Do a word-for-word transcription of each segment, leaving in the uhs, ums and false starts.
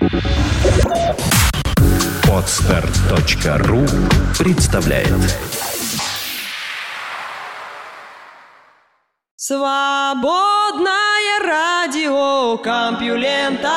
Подстер точка ру представляет. Свободное радио Компьюлента.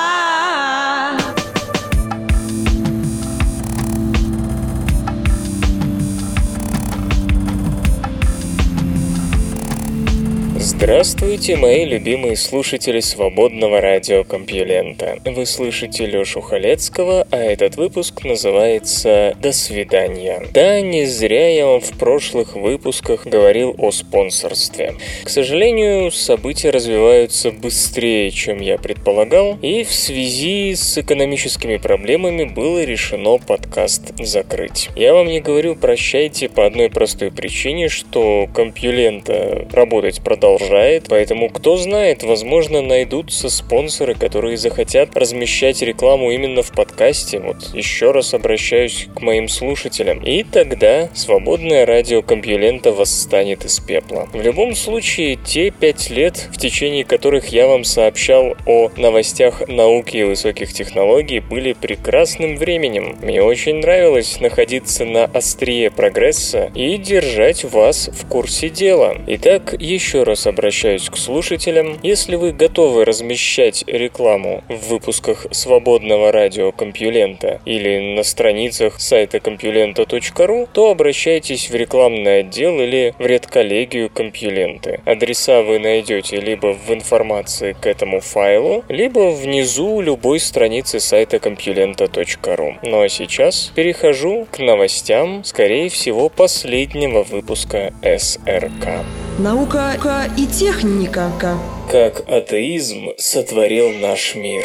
Здравствуйте, мои любимые слушатели свободного радио Компьюлента. Вы слышите Лёшу Халецкого, а этот выпуск называется «До свидания». Да, не зря я вам в прошлых выпусках говорил о спонсорстве. К сожалению, события развиваются быстрее, чем я предполагал, и в связи с экономическими проблемами было решено подкаст закрыть. Я вам не говорю прощайте по одной простой причине, что Компьюлента работать продолжает. Поэтому, кто знает, возможно, найдутся спонсоры, которые захотят размещать рекламу именно в подкасте. Вот еще раз обращаюсь к моим слушателям. И тогда свободное радио Компьюлента восстанет из пепла. В любом случае, те пять лет, в течение которых я вам сообщал о новостях науки и высоких технологий, были прекрасным временем. Мне очень нравилось находиться на острие прогресса и держать вас в курсе дела. Итак, еще раз обращаюсь к слушателям. Если вы готовы размещать рекламу в выпусках свободного радио Компьюлента или на страницах сайта компьюлента точка ру, то обращайтесь в рекламный отдел или в редколлегию Компьюленты. Адреса вы найдете либо в информации к этому файлу, либо внизу любой страницы сайта компьюлента точка ру. Ну а сейчас перехожу к новостям, скорее всего, последнего выпуска эс эр ка. Наука и техника. Как атеизм сотворил наш мир.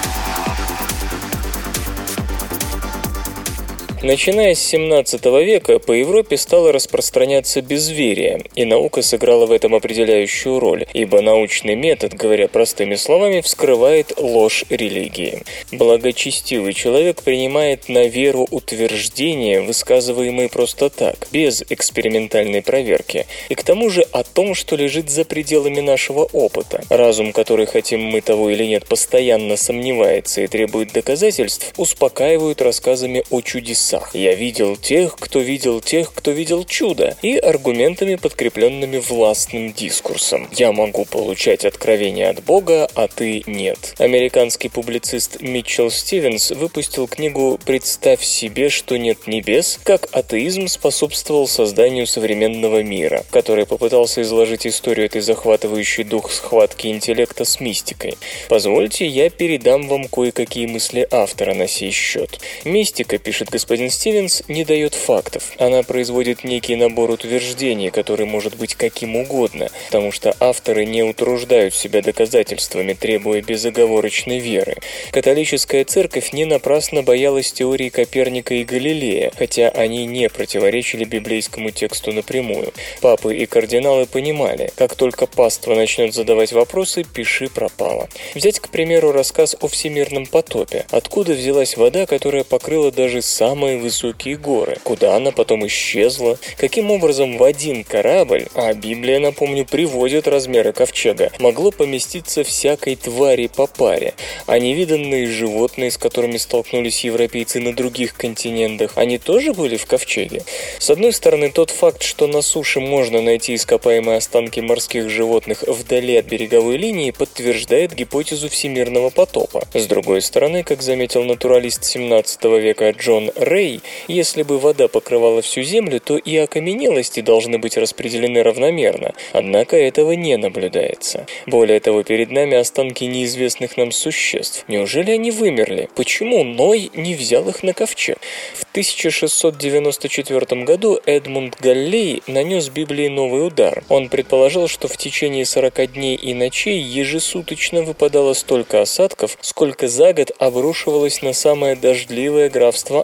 Начиная с семнадцатого века по Европе стало распространяться безверие, и наука сыграла в этом определяющую роль, ибо научный метод, говоря простыми словами, вскрывает ложь религии. Благочестивый человек принимает на веру утверждения, высказываемые просто так, без экспериментальной проверки, и к тому же о том, что лежит за пределами нашего опыта. Разум, который, хотим мы того или нет, постоянно сомневается и требует доказательств, успокаивают рассказами о чудесах. Я видел тех, кто видел тех, кто видел чудо, и аргументами, подкрепленными властным дискурсом. Я могу получать откровения от Бога, а ты нет. Американский публицист Митчелл Стивенс выпустил книгу «Представь себе, что нет небес. Как атеизм способствовал созданию современного мира», в которой попытался изложить историю этой захватывающей дух схватки интеллекта с мистикой. Позвольте, я передам вам кое-какие мысли автора на сей счет. Мистика, пишет господин Стивенс, не дает фактов. Она производит некий набор утверждений, который может быть каким угодно, потому что авторы не утруждают себя доказательствами, требуя безоговорочной веры. Католическая церковь не напрасно боялась теорий Коперника и Галилея, хотя они не противоречили библейскому тексту напрямую. Папы и кардиналы понимали, как только паства начнет задавать вопросы, пиши пропало. Взять, к примеру, рассказ о всемирном потопе. Откуда взялась вода, которая покрыла даже самые высокие горы, куда она потом исчезла, каким образом в один корабль, а Библия, напомню, приводит размеры ковчега, могло поместиться всякой твари по паре, а невиданные животные, с которыми столкнулись европейцы на других континентах, они тоже были в ковчеге? С одной стороны, тот факт, что на суше можно найти ископаемые останки морских животных вдали от береговой линии, подтверждает гипотезу всемирного потопа. С другой стороны, как заметил натуралист семнадцатого века Джон Рэй, если бы вода покрывала всю землю, то и окаменелости должны быть распределены равномерно, однако этого не наблюдается. Более того, перед нами останки неизвестных нам существ. Неужели они вымерли? Почему Ной не взял их на ковчег? В тысяча шестьсот девяносто четвёртом году Эдмунд Галлей нанес Библии новый удар. Он предположил, что в течение сорока дней и ночей ежесуточно выпадало столько осадков, сколько за год обрушивалось на самое дождливое графство Англии.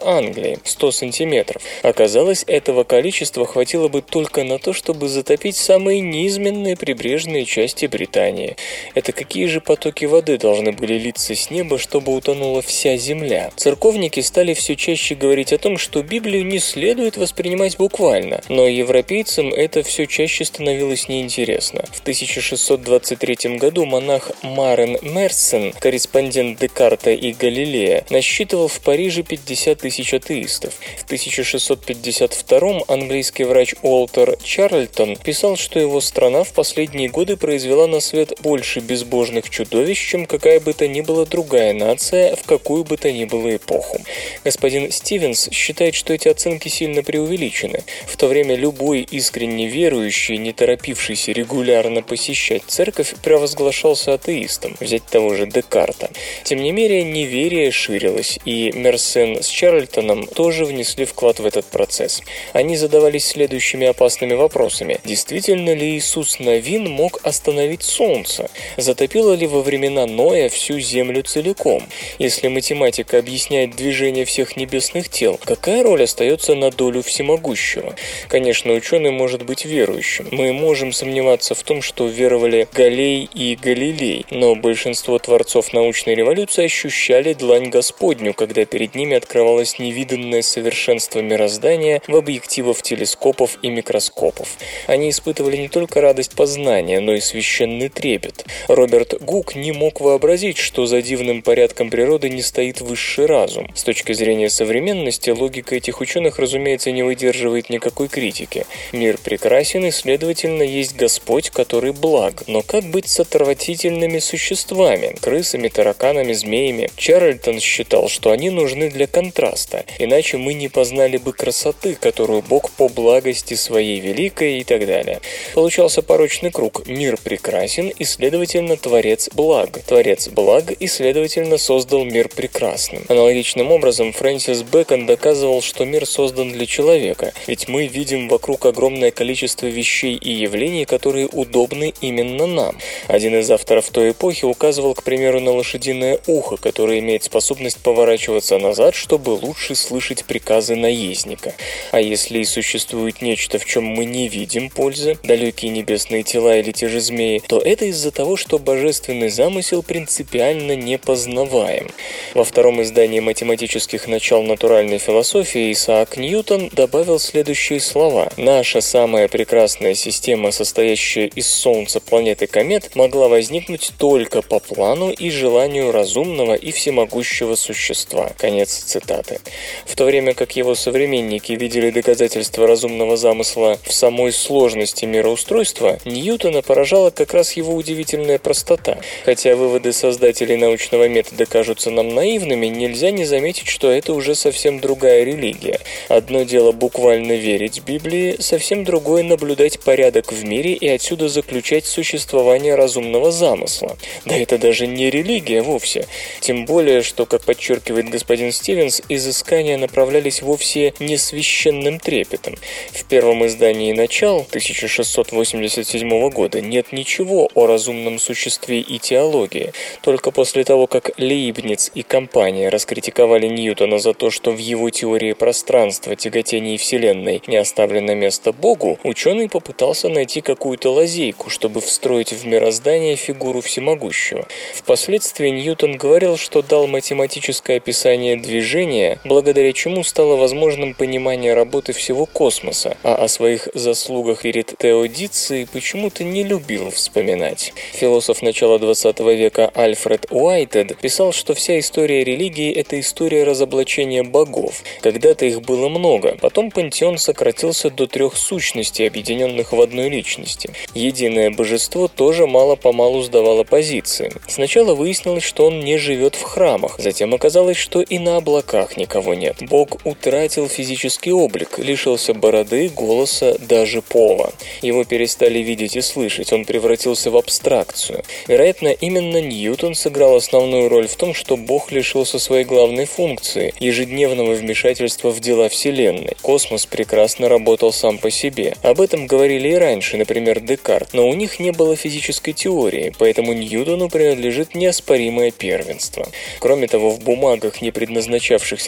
Австралии – сто сантиметров. Оказалось, этого количества хватило бы только на то, чтобы затопить самые низменные прибрежные части Британии. Это какие же потоки воды должны были литься с неба, чтобы утонула вся земля? Церковники стали все чаще говорить о том, что Библию не следует воспринимать буквально, но европейцам это все чаще становилось неинтересно. В тысяча шестьсот двадцать третьем году монах Марен Мерсен, корреспондент Декарта и Галилея, насчитывал в Париже пятьдесят тысяч атеистов. В тысяча шестьсот пятьдесят втором английский врач Уолтер Чарльтон писал, что его страна в последние годы произвела на свет больше безбожных чудовищ, чем какая бы то ни была другая нация в какую бы то ни было эпоху. Господин Стивенс считает, что эти оценки сильно преувеличены. В то время любой искренне верующий, не торопившийся регулярно посещать церковь, провозглашался атеистом, взять того же Декарта. Тем не менее, неверие ширилось, и Мерсен с Чарльтоном тоже внесли вклад в этот процесс. Они задавались следующими опасными вопросами. Действительно ли Иисус Навин мог остановить солнце? Затопило ли во времена Ноя всю землю целиком? Если математика объясняет движение всех небесных тел, какая роль остается на долю всемогущего? Конечно, ученый может быть верующим. Мы можем сомневаться в том, что веровали Галлей и Галилей, но большинство творцов научной революции ощущали длань Господню, когда перед ними открывалось невиданное совершенство мироздания в объективах телескопов и микроскопов. Они испытывали не только радость познания, но и священный трепет. Роберт Гук не мог вообразить, что за дивным порядком природы не стоит высший разум. С точки зрения современности, логика этих ученых, разумеется, не выдерживает никакой критики. Мир прекрасен, и, следовательно, есть Господь, который благ. Но как быть с отвратительными существами, крысами, тараканами, змеями? Чарльтон считал, что они нужны для контраста, иначе мы не познали бы красоты, которую Бог по благости своей великой и так далее. Получался порочный круг. Мир прекрасен, и, следовательно, Творец благ. Творец благ, и, следовательно, создал мир прекрасным. Аналогичным образом Фрэнсис Бэкон доказывал, что мир создан для человека, ведь мы видим вокруг огромное количество вещей и явлений, которые удобны именно нам. Один из авторов той эпохи указывал, к примеру, на лошадиное ухо, которое имеет способность поворачиваться назад, чтобы лучше слышать приказы наездника. А если и существует нечто, в чем мы не видим пользы, далекие небесные тела или те же змеи, то это из-за того, что божественный замысел принципиально непознаваем. Во втором издании математических начал натуральной философии Исаак Ньютон добавил следующие слова. «Наша самая прекрасная система, состоящая из Солнца, планет и комет, могла возникнуть только по плану и желанию разумного и всемогущего существа». Конец цитаты. В то время как его современники видели доказательства разумного замысла в самой сложности мироустройства, Ньютона поражала как раз его удивительная простота. Хотя выводы создателей научного метода кажутся нам наивными, нельзя не заметить, что это уже совсем другая религия. Одно дело буквально верить Библии, совсем другое наблюдать порядок в мире и отсюда заключать существование разумного замысла. Да это даже не религия вовсе. Тем более, что, как подчеркивает господин Стивенс, изыскания направлялись вовсе не священным трепетом. В первом издании «Начал» тысяча шестьсот восемьдесят седьмого года нет ничего о разумном существе и теологии. Только после того, как Лейбниц и компания раскритиковали Ньютона за то, что в его теории пространства, тяготения Вселенной не оставлено место Богу, ученый попытался найти какую-то лазейку, чтобы встроить в мироздание фигуру всемогущего. Впоследствии Ньютон говорил, что дал математическое описание движения, благодаря чему стало возможным понимание работы всего космоса, а о своих заслугах перед теодицией почему-то не любил вспоминать. Философ начала двадцатого века Альфред Уайтед писал, что вся история религии – это история разоблачения богов. Когда-то их было много, потом пантеон сократился до трех сущностей, объединенных в одной личности. Единое божество тоже мало-помалу сдавало позиции. Сначала выяснилось, что он не живет в храмах, затем оказалось, что и на облаках никого нет. Бог утратил физический облик, лишился бороды, голоса, даже пола. Его перестали видеть и слышать, он превратился в абстракцию. Вероятно, именно Ньютон сыграл основную роль в том, что Бог лишился своей главной функции – ежедневного вмешательства в дела Вселенной. Космос прекрасно работал сам по себе. Об этом говорили и раньше, например, Декарт, но у них не было физической теории, поэтому Ньютону принадлежит неоспоримое первенство. Кроме того, в бумагах, не предназначавшихся для постоянного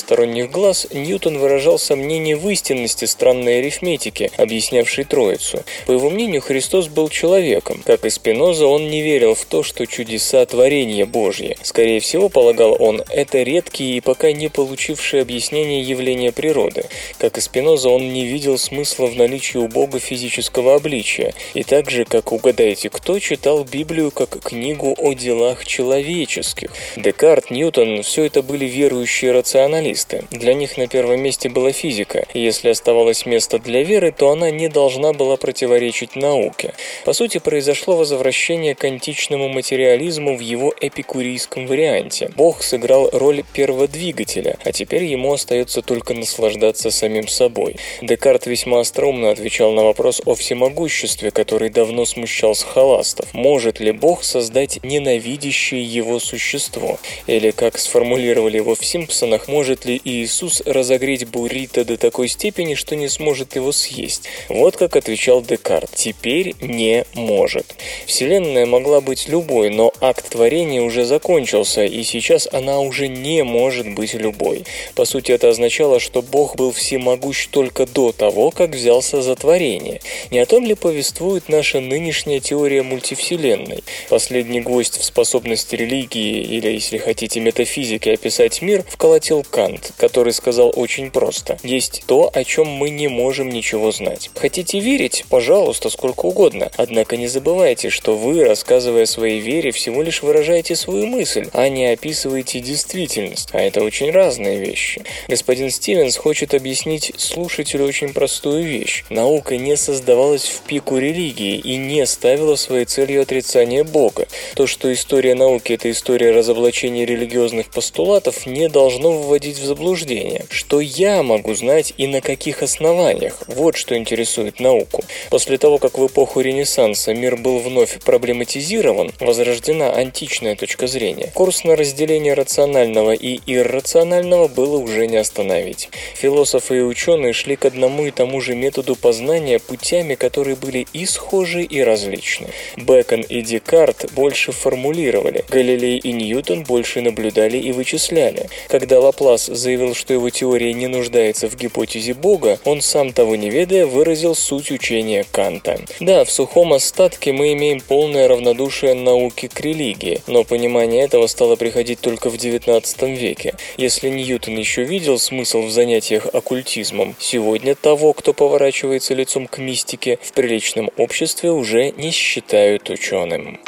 посторонних глаз, Ньютон выражал сомнение в истинности странной арифметики, объяснявшей Троицу. По его мнению, Христос был человеком. Как и Спиноза, он не верил в то, что чудеса творения Божье. Скорее всего, полагал он, это редкие и пока не получившие объяснения явления природы. Как и Спиноза, он не видел смысла в наличии у Бога физического обличия. И так же, как угадайте кто, читал Библию как книгу о делах человеческих. Декарт, Ньютон – все это были верующие рационалисты. Для них на первом месте была физика, и если оставалось место для веры, то она не должна была противоречить науке. По сути, произошло возвращение к античному материализму в его эпикурийском варианте. Бог сыграл роль перводвигателя, а теперь ему остается только наслаждаться самим собой. Декарт весьма остроумно отвечал на вопрос о всемогуществе, который давно смущал схоластов. Может ли Бог создать ненавидящее его существо? Или, как сформулировали его в «Симпсонах», может ли Иисус разогреть буррито до такой степени, что не сможет его съесть? Вот как отвечал Декарт. Теперь не может. Вселенная могла быть любой, но акт творения уже закончился, и сейчас она уже не может быть любой. По сути, это означало, что Бог был всемогущ только до того, как взялся за творение. Не о том ли повествует наша нынешняя теория мультивселенной? Последний гвоздь в способности религии, или, если хотите, метафизики описать мир, вколотил Кант, который сказал очень просто. Есть то, о чем мы не можем ничего знать. Хотите верить? Пожалуйста, сколько угодно. Однако не забывайте, что вы, рассказывая о своей вере, всего лишь выражаете свою мысль, а не описываете действительность. А это очень разные вещи. Господин Стивенс хочет объяснить слушателю очень простую вещь. Наука не создавалась в пику религии и не ставила своей целью отрицание Бога. То, что история науки – это история разоблачения религиозных постулатов, не должно вводить в заблуждение. Что я могу знать и на каких основаниях? Вот что интересует науку. После того, как в эпоху Ренессанса мир был вновь проблематизирован, возрождена античная точка зрения. Курс на разделение рационального и иррационального было уже не остановить. Философы и ученые шли к одному и тому же методу познания путями, которые были и схожи, и различны. Бэкон и Декарт больше формулировали, Галилей и Ньютон больше наблюдали и вычисляли. Когда Лаплас заявил, что его теория не нуждается в гипотезе Бога, он сам того не ведая выразил суть учения Канта. Да, в сухом остатке мы имеем полное равнодушие науки к религии, но понимание этого стало приходить только в девятнадцатом веке. Если Ньютон еще видел смысл в занятиях оккультизмом, сегодня того, кто поворачивается лицом к мистике, в приличном обществе уже не считают ученым.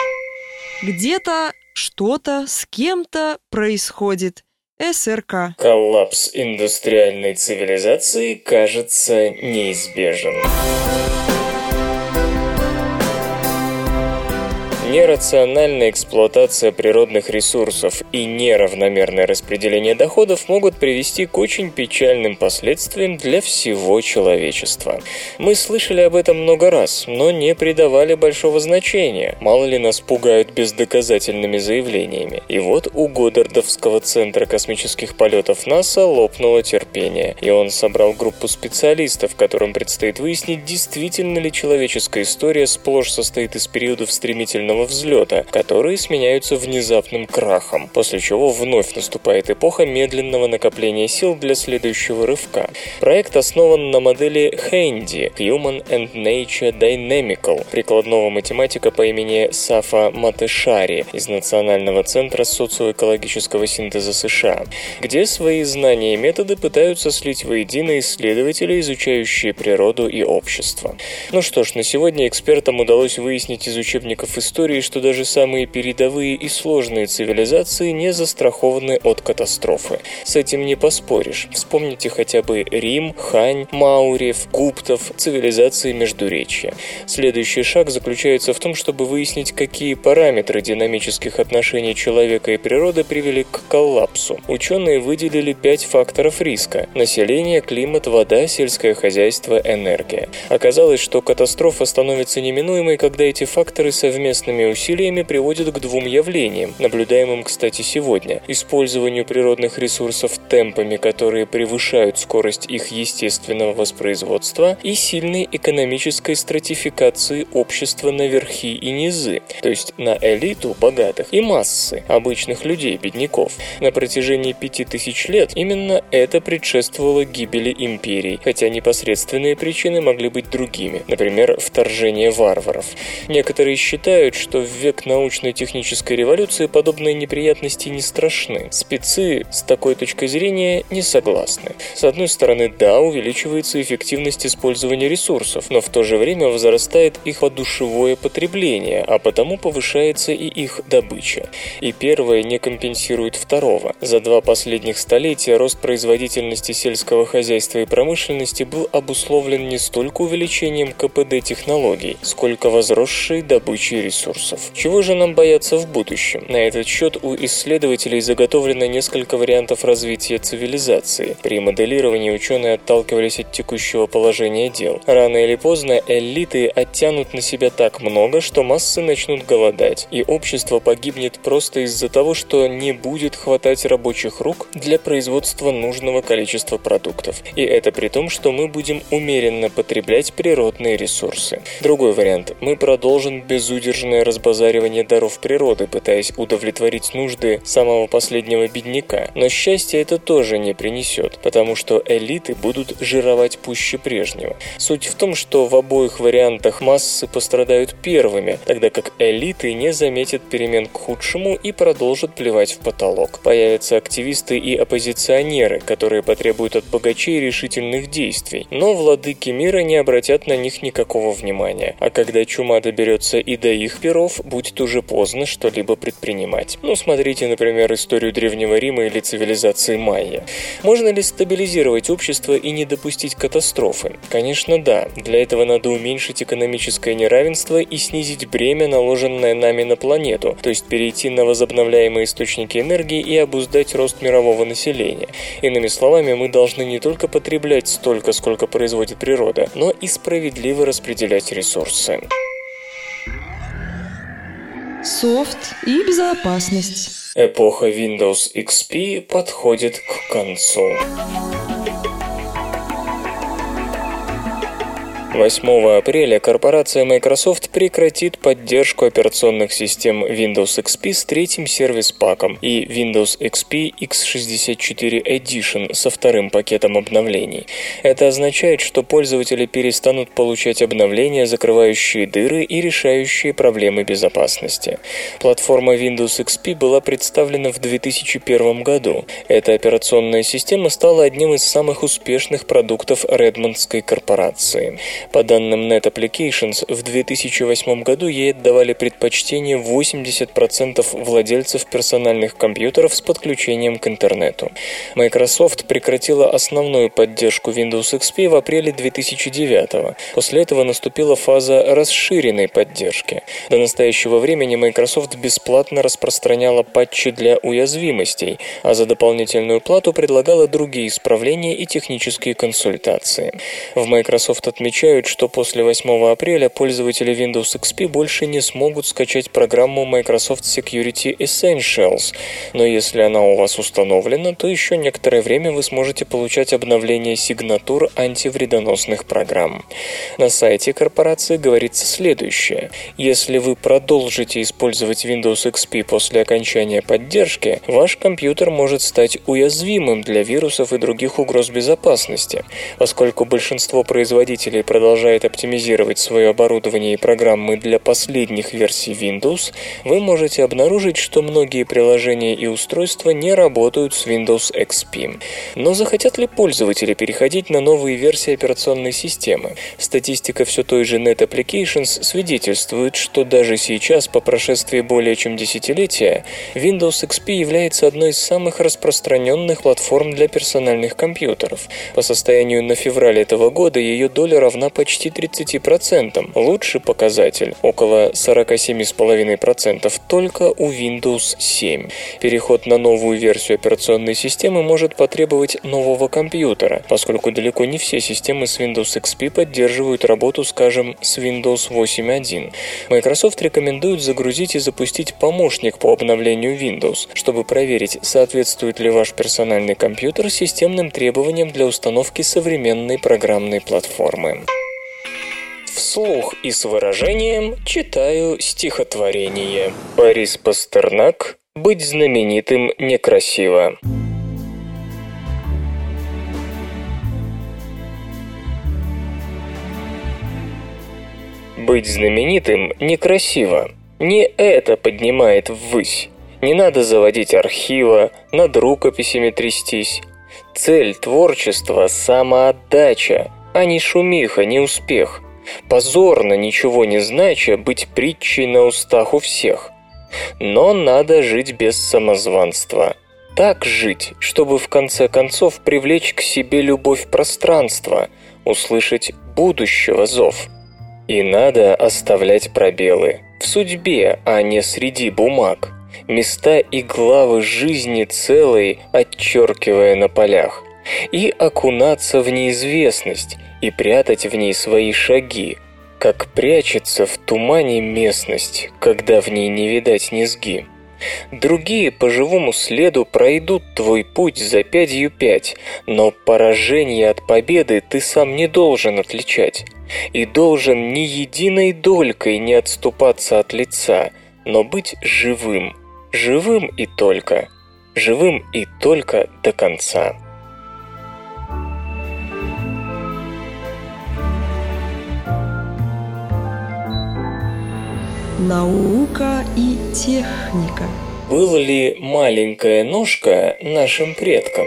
Где-то что-то с кем-то происходит. СРК. Коллапс индустриальной цивилизации кажется неизбежен. Нерациональная эксплуатация природных ресурсов и неравномерное распределение доходов могут привести к очень печальным последствиям для всего человечества. Мы слышали об этом много раз, но не придавали большого значения. Мало ли нас пугают бездоказательными заявлениями. И вот у Годдардовского центра космических полетов НАСА лопнуло терпение, и он собрал группу специалистов, которым предстоит выяснить, действительно ли человеческая история сплошь состоит из периодов стремительного взлета, которые сменяются внезапным крахом, после чего вновь наступает эпоха медленного накопления сил для следующего рывка. Проект основан на модели Хэнди Human and Nature Dynamical прикладного математика по имени Сафа Матешари из Национального центра социоэкологического синтеза США, где свои знания и методы пытаются слить воедино исследователи, изучающие природу и общество. Ну что ж, на сегодня экспертам удалось выяснить из учебников истории, что даже самые передовые и сложные цивилизации не застрахованы от катастрофы. С этим не поспоришь. Вспомните хотя бы Рим, Хань, Маурьев, Гуптов, цивилизации Междуречья. Следующий шаг заключается в том, чтобы выяснить, какие параметры динамических отношений человека и природы привели к коллапсу. Ученые выделили пять факторов риска: население, климат, вода, сельское хозяйство, энергия. Оказалось, что катастрофа становится неминуемой, когда эти факторы совместными совместными усилиями приводит к двум явлениям, наблюдаемым, кстати, сегодня: использованию природных ресурсов темпами, которые превышают скорость их естественного воспроизводства, и сильной экономической стратификации общества на верхи и низы, то есть на элиту богатых и массы обычных людей, бедняков. На протяжении пяти тысяч лет именно это предшествовало гибели империй, хотя непосредственные причины могли быть другими, например, вторжение варваров. Некоторые считают, что в век научно-технической революции подобные неприятности не страшны. Спецы с такой точкой зрения не согласны. С одной стороны, да, увеличивается эффективность использования ресурсов, но в то же время возрастает их подушевое потребление, а потому повышается и их добыча. И первое не компенсирует второго. За два последних столетия рост производительности сельского хозяйства и промышленности был обусловлен не столько увеличением ка пэ дэ технологий, сколько возросшей добычей ресурсов. Чего же нам бояться в будущем? На этот счет у исследователей заготовлено несколько вариантов развития цивилизации. При моделировании ученые отталкивались от текущего положения дел. Рано или поздно элиты оттянут на себя так много, что массы начнут голодать, и общество погибнет просто из-за того, что не будет хватать рабочих рук для производства нужного количества продуктов. И это при том, что мы будем умеренно потреблять природные ресурсы. Другой вариант. Мы продолжим безудержное разбазаривание даров природы, пытаясь удовлетворить нужды самого последнего бедняка. Но счастья это тоже не принесет, потому что элиты будут жировать пуще прежнего. Суть в том, что в обоих вариантах массы пострадают первыми, тогда как элиты не заметят перемен к худшему и продолжат плевать в потолок. Появятся активисты и оппозиционеры, которые потребуют от богачей решительных действий, но владыки мира не обратят на них никакого внимания. А когда чума доберется и до их перов, будет уже поздно что-либо предпринимать. Ну, смотрите, например, историю Древнего Рима или цивилизации майя. Можно ли стабилизировать общество и не допустить катастрофы? Конечно, да. Для этого надо уменьшить экономическое неравенство и снизить бремя, наложенное нами на планету, то есть перейти на возобновляемые источники энергии и обуздать рост мирового населения. Иными словами, мы должны не только потреблять столько, сколько производит природа, но и справедливо распределять ресурсы. Софт и безопасность. Эпоха Windows икс пи подходит к концу. восьмого апреля корпорация Microsoft прекратит поддержку операционных систем Windows икс пи с третьим сервис-паком и Windows икс пи икс шестьдесят четыре Edition со вторым пакетом обновлений. Это означает, что пользователи перестанут получать обновления, закрывающие дыры и решающие проблемы безопасности. Платформа Windows икс пи была представлена в две тысячи первом году. Эта операционная система стала одним из самых успешных продуктов Редмондской корпорации. По данным Net Applications, в две тысячи восьмом году ей отдавали предпочтение восемьдесят процентов владельцев персональных компьютеров с подключением к интернету. Microsoft прекратила основную поддержку Windows икс пи в апреле две тысячи девятого. После этого наступила фаза расширенной поддержки. До настоящего времени Microsoft бесплатно распространяла патчи для уязвимостей, а за дополнительную плату предлагала другие исправления и технические консультации. В Microsoft отмечают, что после восьмого апреля пользователи Windows икс пи больше не смогут скачать программу Microsoft Security Essentials, но если она у вас установлена, то еще некоторое время вы сможете получать обновление сигнатур антивредоносных программ. На сайте корпорации говорится следующее. Если вы продолжите использовать Windows икс пи после окончания поддержки, ваш компьютер может стать уязвимым для вирусов и других угроз безопасности. Поскольку большинство производителей продолжает оптимизировать свое оборудование и программы для последних версий Windows, вы можете обнаружить, что многие приложения и устройства не работают с Windows икс пи. Но захотят ли пользователи переходить на новые версии операционной системы? Статистика все той же Net Applications свидетельствует, что даже сейчас, по прошествии более чем десятилетия, Windows икс пи является одной из самых распространенных платформ для персональных компьютеров. По состоянию на февраль этого года ее доля равна почти тридцать процентов. Лучший показатель – около сорок семь целых пять десятых процента только у Windows семь. Переход на новую версию операционной системы может потребовать нового компьютера, поскольку далеко не все системы с Windows икс пи поддерживают работу, скажем, с Windows восемь точка один. Microsoft рекомендует загрузить и запустить помощник по обновлению Windows, чтобы проверить, соответствует ли ваш персональный компьютер системным требованиям для установки современной программной платформы. Вслух и с выражением читаю стихотворение. Борис Пастернак. «Быть знаменитым некрасиво». Быть знаменитым некрасиво. Не это поднимает ввысь. Не надо заводить архива, над рукописями трястись. Цель творчества – самоотдача, а не шумиха, не успех. Позорно, ничего не знача, быть притчей на устах у всех. Но надо жить без самозванства. Так жить, чтобы в конце концов привлечь к себе любовь пространства, услышать будущего зов. И надо оставлять пробелы в судьбе, а не среди бумаг. Места и главы жизни целой отчеркивая на полях. И окунаться в неизвестность, и прятать в ней свои шаги, как прячется в тумане местность, когда в ней не видать низги. Другие по живому следу пройдут твой путь за пятью пять, но поражение от победы ты сам не должен отличать. И должен ни единой долькой не отступаться от лица, но быть живым, живым и только, живым и только до конца. Наука и техника. Была ли маленькая ножка нашим предкам?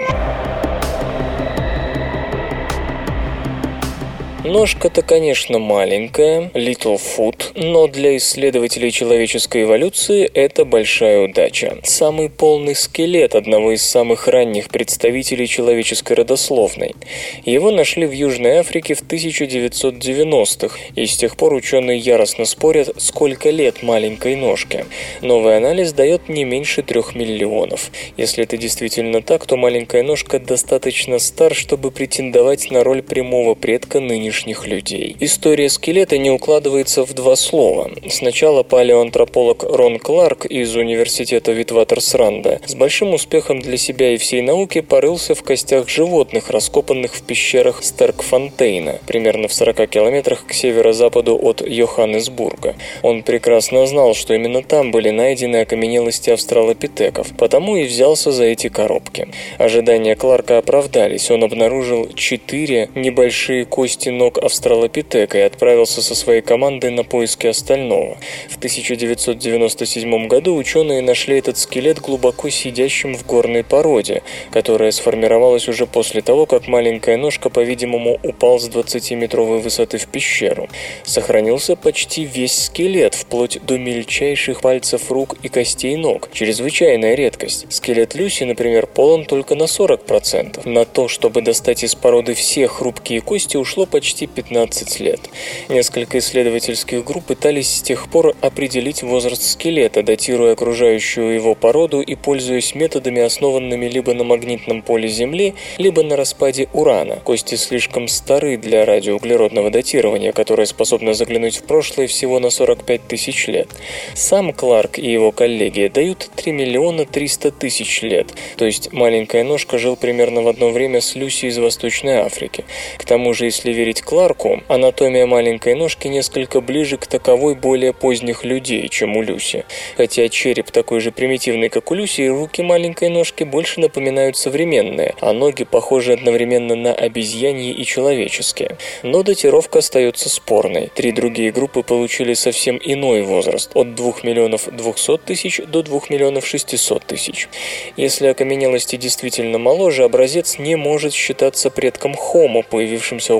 Ножка-то, конечно, маленькая, little foot, но для исследователей человеческой эволюции это большая удача. Самый полный скелет одного из самых ранних представителей человеческой родословной. Его нашли в Южной Африке в тысяча девятьсот девяностых, и с тех пор ученые яростно спорят, сколько лет маленькой ножке. Новый анализ дает не меньше трех миллионов. Если это действительно так, то маленькая ножка достаточно стар, чтобы претендовать на роль прямого предка нынешнего людей. История скелета не укладывается в два слова. Сначала палеоантрополог Рон Кларк из университета Витватерсранда с большим успехом для себя и всей науки порылся в костях животных, раскопанных в пещерах Стеркфонтейна, примерно в сорока километрах к северо-западу от Йоханнесбурга. Он прекрасно знал, что именно там были найдены окаменелости австралопитеков, потому и взялся за эти коробки. Ожидания Кларка оправдались. Он обнаружил четыре небольшие кости ног австралопитека и отправился со своей командой на поиски остального. В тысяча девятьсот девяносто седьмом году ученые нашли этот скелет глубоко сидящим в горной породе, которая сформировалась уже после того, как маленькая ножка, по-видимому, упал с двадцатиметровой высоты в пещеру. Сохранился почти весь скелет, вплоть до мельчайших пальцев рук и костей ног. Чрезвычайная редкость. Скелет Люси, например, полон только на сорок процентов. На то, чтобы достать из породы все хрупкие кости, ушло почти пятнадцать лет. Несколько исследовательских групп пытались с тех пор определить возраст скелета, датируя окружающую его породу и пользуясь методами, основанными либо на магнитном поле Земли, либо на распаде урана. Кости слишком стары для радиоуглеродного датирования, которое способно заглянуть в прошлое всего на сорок пять тысяч лет. Сам Кларк и его коллеги дают три миллиона триста тысяч лет, то есть маленькая ножка жил примерно в одно время с Люси из Восточной Африки. К тому же, если верить Кларку, анатомия маленькой ножки несколько ближе к таковой более поздних людей, чем у Люси. Хотя череп такой же примитивный, как у Люси, и руки маленькой ножки больше напоминают современные, а ноги похожи одновременно на обезьяньи и человеческие. Но датировка остается спорной. Три другие группы получили совсем иной возраст – от двух миллионов двухсот тысяч до двух миллионов шестисот тысяч. Если окаменелости действительно моложе, образец не может считаться предком Homo, появившимся около двухсот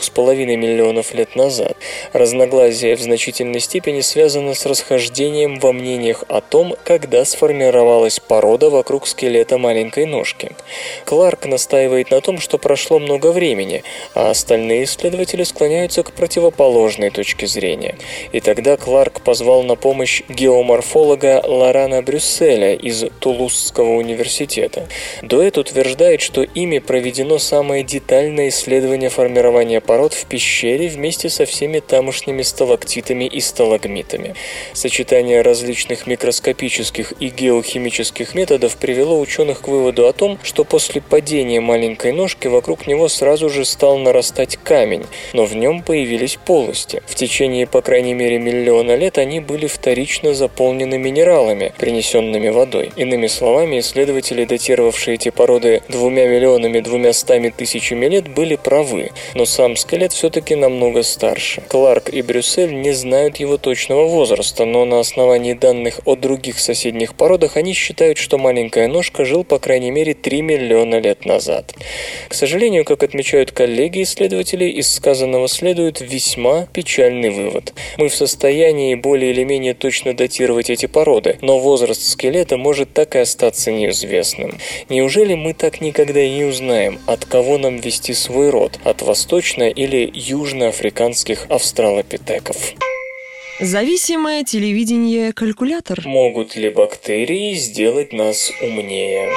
с половиной миллионов лет назад. Разногласие в значительной степени связано с расхождением во мнениях о том, когда сформировалась порода вокруг скелета маленькой ножки. Кларк настаивает на том, что прошло много времени, а остальные исследователи склоняются к противоположной точке зрения. И тогда Кларк позвал на помощь геоморфолога Лорана Брюсселя из Тулузского университета. Дуэт утверждает, что ими проведено самое детальное исследование формирования пород в пещере вместе со всеми тамошними сталактитами и сталагмитами. Сочетание различных микроскопических и геохимических методов привело ученых к выводу о том, что после падения маленькой ножки вокруг него сразу же стал нарастать камень, но в нем появились полости. В течение, по крайней мере, миллиона лет они были вторично заполнены минералами, принесенными водой. Иными словами, исследователи, датировавшие эти породы двумя миллионами двумястами тысячами лет, были правы, но сам скелет все-таки намного старше. Кларк и Брюссель не знают его точного возраста, но на основании данных о других соседних породах они считают, что маленькая ножка жил по крайней мере три миллиона лет назад. К сожалению, как отмечают коллеги-исследователи, из сказанного следует весьма печальный вывод. Мы в состоянии более или менее точно датировать эти породы, но возраст скелета может так и остаться неизвестным. Неужели мы так никогда и не узнаем, от кого нам вести свой род, от восточно- или южноафриканских австралопитеков? Зависимое телевидение-калькулятор. Могут ли бактерии сделать нас умнее?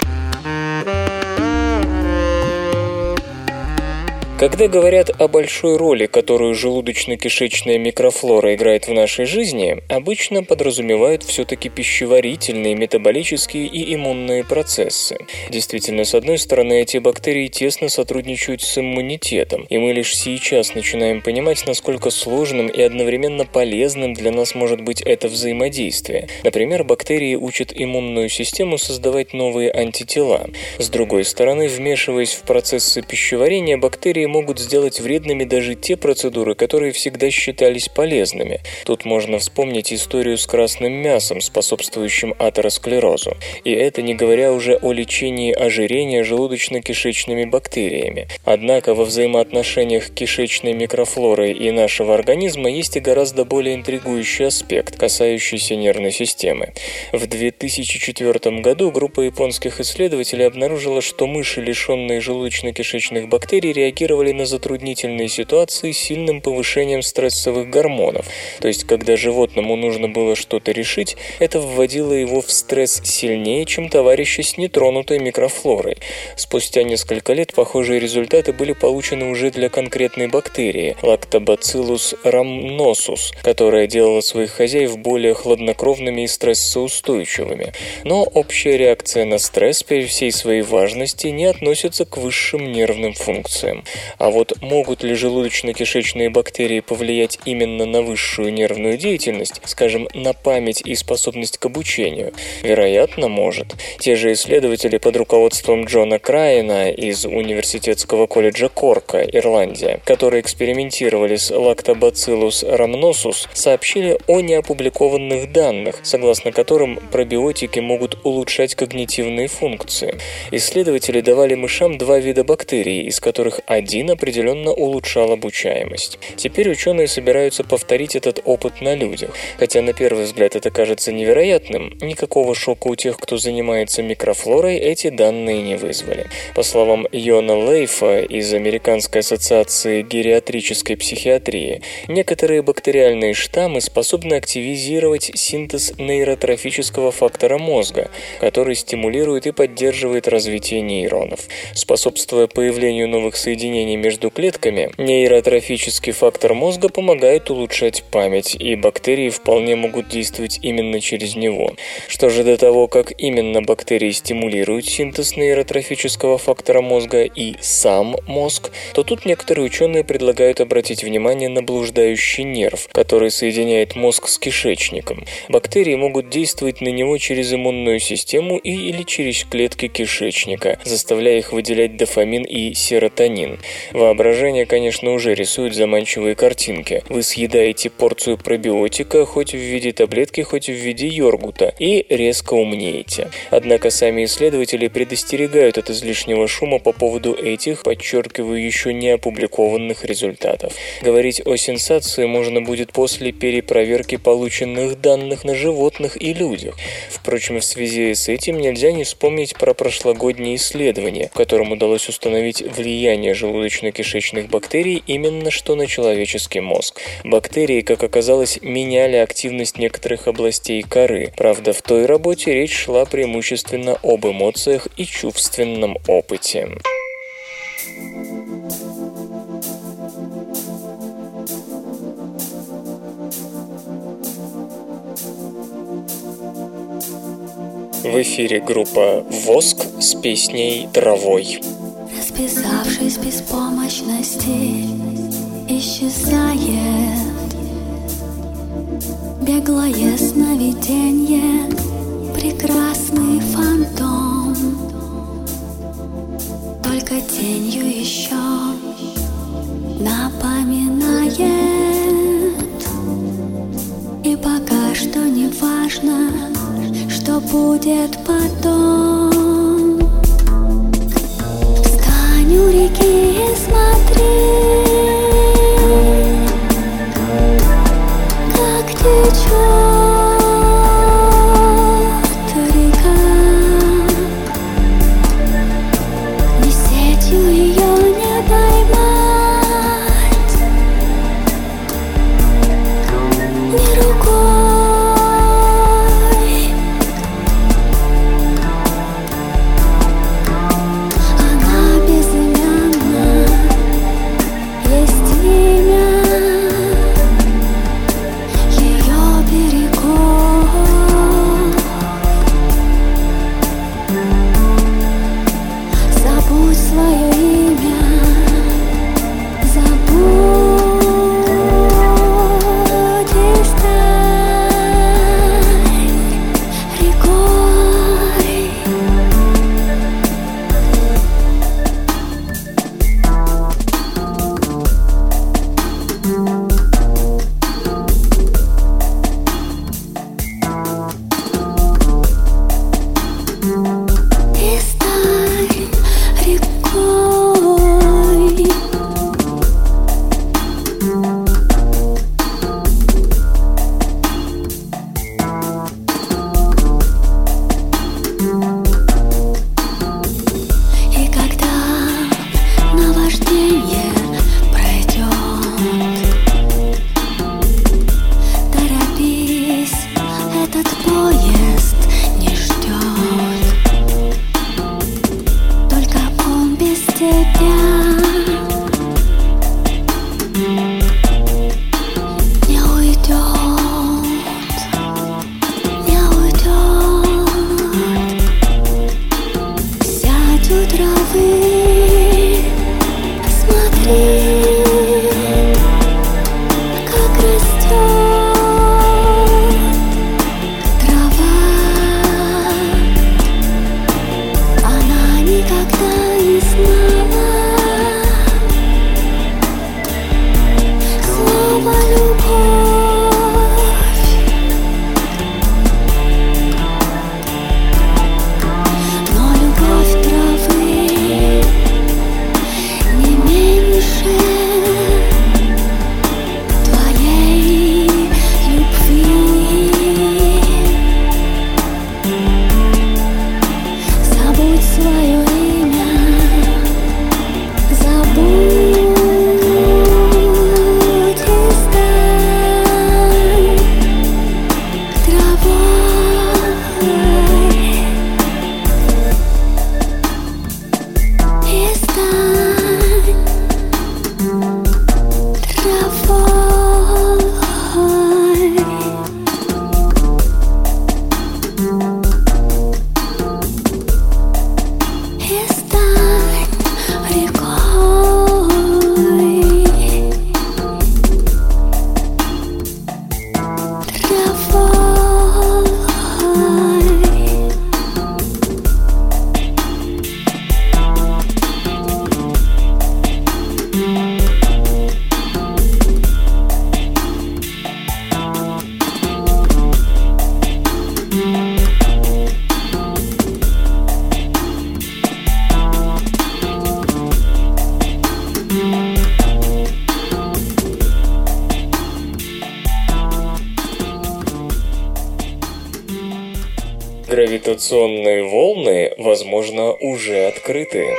Когда говорят о большой роли, которую желудочно-кишечная микрофлора играет в нашей жизни, обычно подразумевают все-таки пищеварительные, метаболические и иммунные процессы. Действительно, с одной стороны, эти бактерии тесно сотрудничают с иммунитетом, и мы лишь сейчас начинаем понимать, насколько сложным и одновременно полезным для нас может быть это взаимодействие. Например, бактерии учат иммунную систему создавать новые антитела. С другой стороны, вмешиваясь в процессы пищеварения, бактерии могут сделать вредными даже те процедуры, которые всегда считались полезными. Тут можно вспомнить историю с красным мясом, способствующим атеросклерозу. И это не говоря уже о лечении ожирения желудочно-кишечными бактериями. Однако во взаимоотношениях кишечной микрофлоры и нашего организма есть и гораздо более интригующий аспект, касающийся нервной системы. В две тысячи четвёртом году группа японских исследователей обнаружила, что мыши, лишенные желудочно-кишечных бактерий, реагировали на затруднительные ситуации с сильным повышением стрессовых гормонов. То есть, когда животному нужно было что-то решить, это вводило его в стресс сильнее, чем товарищи с нетронутой микрофлорой. Спустя несколько лет похожие результаты были получены уже для конкретной бактерии – Lactobacillus rhamnosus, которая делала своих хозяев более хладнокровными и стрессоустойчивыми. Но общая реакция на стресс при всей своей важности не относится к высшим нервным функциям. А вот могут ли желудочно-кишечные бактерии повлиять именно на высшую нервную деятельность, скажем, на память и способность к обучению? Вероятно, может. Те же исследователи под руководством Джона Крайена из Университетского колледжа Корка, Ирландия, которые экспериментировали с Lactobacillus rhamnosus, сообщили о неопубликованных данных, согласно которым пробиотики могут улучшать когнитивные функции. Исследователи давали мышам два вида бактерий, из которых один определенно улучшал обучаемость. Теперь ученые собираются повторить этот опыт на людях. Хотя на первый взгляд это кажется невероятным, никакого шока у тех, кто занимается микрофлорой, эти данные не вызвали. По словам Йона Лейфа из Американской ассоциации гериатрической психиатрии, некоторые бактериальные штаммы способны активизировать синтез нейротрофического фактора мозга, который стимулирует и поддерживает развитие нейронов. Способствуя появлению новых соединений между клетками, нейротрофический фактор мозга помогает улучшать память, и бактерии вполне могут действовать именно через него. Что же до того, как именно бактерии стимулируют синтез нейротрофического фактора мозга и сам мозг, то тут некоторые ученые предлагают обратить внимание на блуждающий нерв, который соединяет мозг с кишечником. Бактерии могут действовать на него через иммунную систему и или через клетки кишечника, заставляя их выделять дофамин и серотонин. Воображение, конечно, уже рисует заманчивые картинки. Вы съедаете порцию пробиотика, хоть в виде таблетки, хоть в виде йогурта, и резко умнеете. Однако сами исследователи предостерегают от излишнего шума по поводу этих, подчеркиваю, еще не опубликованных результатов. Говорить о сенсации можно будет после перепроверки полученных данных на животных и людях. Впрочем, в связи с этим нельзя не вспомнить про прошлогоднее исследование, в котором удалось установить влияние желудочно-кишечных бактерий именно что на человеческий мозг. Бактерии, как оказалось, меняли активность некоторых областей коры. Правда, в той работе речь шла преимущественно об эмоциях и чувственном опыте. В эфире группа «Воск» с песней «Травой». Расписавшись беспомощности, исчезает беглое сновиденье, прекрасный фантом, только тенью еще напоминает. И пока что не важно, что будет потом. Встань у реки и смотри, как течет река. Ни сетью ее не поймать, ни рукой. Гравитационные волны, возможно, уже открыты.